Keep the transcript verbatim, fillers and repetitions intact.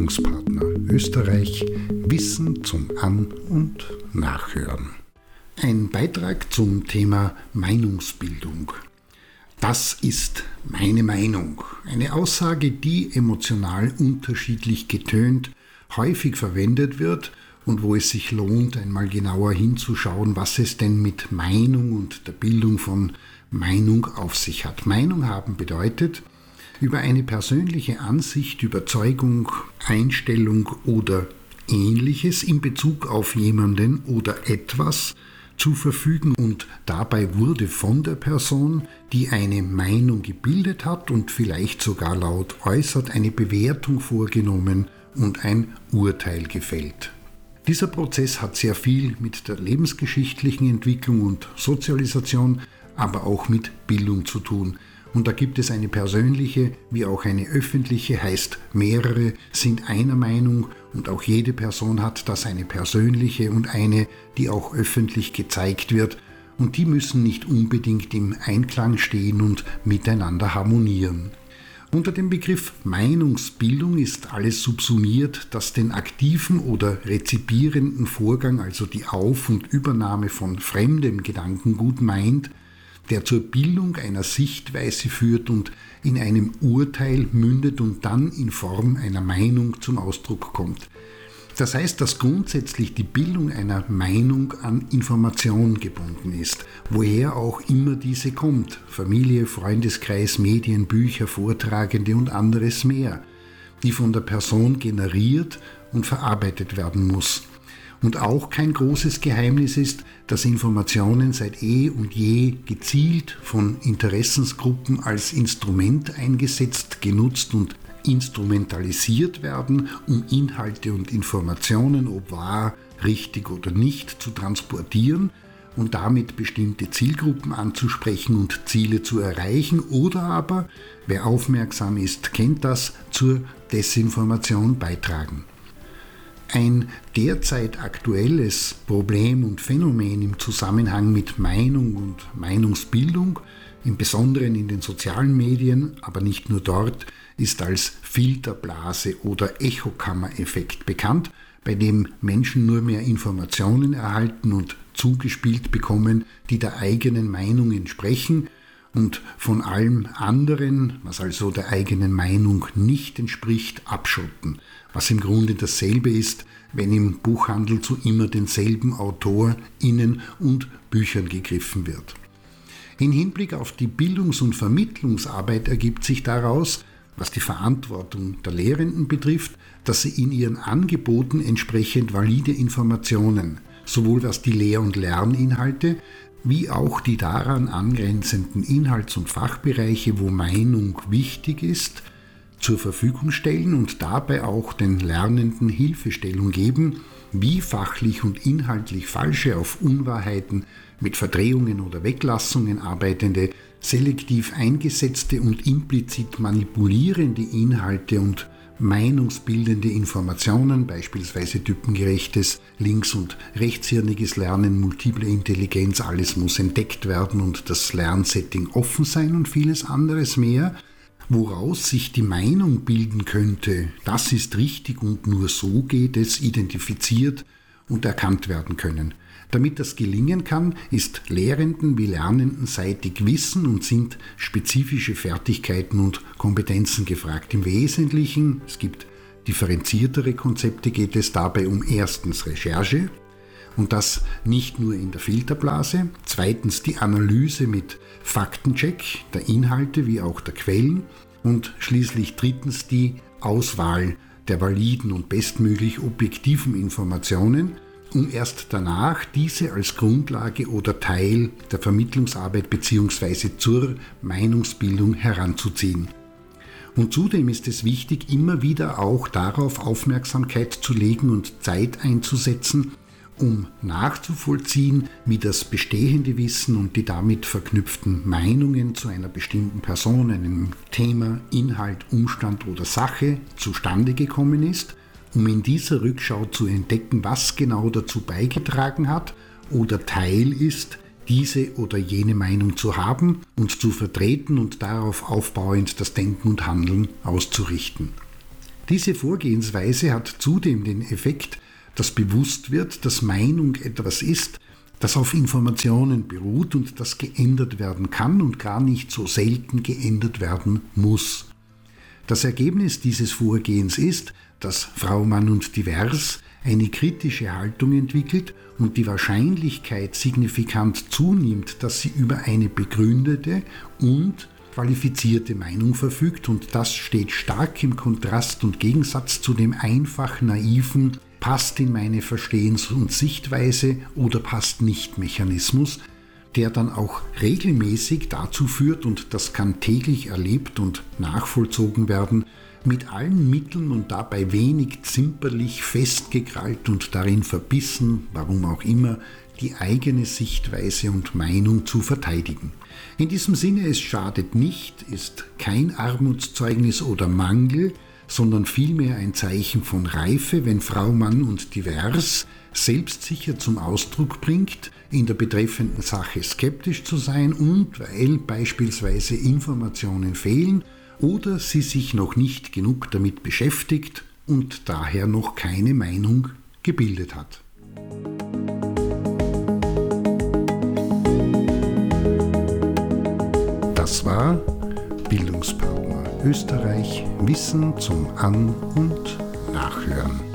Bildungspartner Österreich Wissen zum An- und Nachhören. Ein Beitrag zum Thema Meinungsbildung. Das ist meine Meinung. Eine Aussage, die emotional unterschiedlich getönt, häufig verwendet wird und wo es sich lohnt, einmal genauer hinzuschauen, was es denn mit Meinung und der Bildung von Meinung auf sich hat. Meinung haben bedeutet, über eine persönliche Ansicht, Überzeugung, Einstellung oder Ähnliches in Bezug auf jemanden oder etwas zu verfügen, und dabei wurde von der Person, die eine Meinung gebildet hat und vielleicht sogar laut äußert, eine Bewertung vorgenommen und ein Urteil gefällt. Dieser Prozess hat sehr viel mit der lebensgeschichtlichen Entwicklung und Sozialisation, aber auch mit Bildung zu tun. Und da gibt es eine persönliche wie auch eine öffentliche, heißt mehrere sind einer Meinung, und auch jede Person hat das eine persönliche und eine, die auch öffentlich gezeigt wird, und die müssen nicht unbedingt im Einklang stehen und miteinander harmonieren. Unter dem Begriff Meinungsbildung ist alles subsumiert, das den aktiven oder rezipierenden Vorgang, also die Auf- und Übernahme von fremdem Gedankengut meint, der zur Bildung einer Sichtweise führt und in einem Urteil mündet und dann in Form einer Meinung zum Ausdruck kommt. Das heißt, dass grundsätzlich die Bildung einer Meinung an Information gebunden ist, woher auch immer diese kommt: Familie, Freundeskreis, Medien, Bücher, Vortragende und anderes mehr, die von der Person generiert und verarbeitet werden muss. Und auch kein großes Geheimnis ist, dass Informationen seit eh und je gezielt von Interessensgruppen als Instrument eingesetzt, genutzt und instrumentalisiert werden, um Inhalte und Informationen, ob wahr, richtig oder nicht, zu transportieren und damit bestimmte Zielgruppen anzusprechen und Ziele zu erreichen, oder aber, wer aufmerksam ist, kennt das, zur Desinformation beitragen. Ein derzeit aktuelles Problem und Phänomen im Zusammenhang mit Meinung und Meinungsbildung, im Besonderen in den sozialen Medien, aber nicht nur dort, ist als Filterblase oder Echokammereffekt bekannt, bei dem Menschen nur mehr Informationen erhalten und zugespielt bekommen, die der eigenen Meinung entsprechen, und von allem anderen, was also der eigenen Meinung nicht entspricht, abschotten. Was im Grunde dasselbe ist, wenn im Buchhandel zu immer denselben AutorInnen und Büchern gegriffen wird. In Hinblick auf die Bildungs- und Vermittlungsarbeit ergibt sich daraus, was die Verantwortung der Lehrenden betrifft, dass sie in ihren Angeboten entsprechend valide Informationen, sowohl was die Lehr- und Lerninhalte, wie auch die daran angrenzenden Inhalts- und Fachbereiche, wo Meinung wichtig ist, zur Verfügung stellen und dabei auch den Lernenden Hilfestellung geben, wie fachlich und inhaltlich falsche, auf Unwahrheiten mit Verdrehungen oder Weglassungen arbeitende, selektiv eingesetzte und implizit manipulierende Inhalte und meinungsbildende Informationen, beispielsweise typengerechtes links- und rechtshirniges Lernen, multiple Intelligenz, alles muss entdeckt werden und das Lernsetting offen sein und vieles anderes mehr, woraus sich die Meinung bilden könnte, das ist richtig und nur so geht es, identifiziert und erkannt werden können. Damit das gelingen kann, ist Lehrenden wie Lernendenseitig Wissen und sind spezifische Fertigkeiten und Kompetenzen gefragt. Im Wesentlichen, es gibt differenziertere Konzepte, geht es dabei um erstens Recherche, und das nicht nur in der Filterblase, zweitens die Analyse mit Faktencheck der Inhalte wie auch der Quellen und schließlich drittens die Auswahl der validen und bestmöglich objektiven Informationen, um erst danach diese als Grundlage oder Teil der Vermittlungsarbeit bzw. zur Meinungsbildung heranzuziehen. Und zudem ist es wichtig, immer wieder auch darauf Aufmerksamkeit zu legen und Zeit einzusetzen, um nachzuvollziehen, wie das bestehende Wissen und die damit verknüpften Meinungen zu einer bestimmten Person, einem Thema, Inhalt, Umstand oder Sache zustande gekommen ist, um in dieser Rückschau zu entdecken, was genau dazu beigetragen hat oder Teil ist, diese oder jene Meinung zu haben und zu vertreten und darauf aufbauend das Denken und Handeln auszurichten. Diese Vorgehensweise hat zudem den Effekt, dass bewusst wird, dass Meinung etwas ist, das auf Informationen beruht und das geändert werden kann und gar nicht so selten geändert werden muss. Das Ergebnis dieses Vorgehens ist, dass Frau Mann und Divers eine kritische Haltung entwickelt und die Wahrscheinlichkeit signifikant zunimmt, dass sie über eine begründete und qualifizierte Meinung verfügt, und das steht stark im Kontrast und Gegensatz zu dem einfach naiven passt in meine Verstehens- und Sichtweise oder passt nicht Mechanismus, der dann auch regelmäßig dazu führt, und das kann täglich erlebt und nachvollzogen werden, mit allen Mitteln und dabei wenig zimperlich festgekrallt und darin verbissen, warum auch immer, die eigene Sichtweise und Meinung zu verteidigen. In diesem Sinne, es schadet nicht, ist kein Armutszeugnis oder Mangel, sondern vielmehr ein Zeichen von Reife, wenn Frau Mann und Divers selbstsicher zum Ausdruck bringt, in der betreffenden Sache skeptisch zu sein und weil beispielsweise Informationen fehlen oder sie sich noch nicht genug damit beschäftigt und daher noch keine Meinung gebildet hat. Das war Bildungspartner Österreich, Wissen zum An- und Nachhören.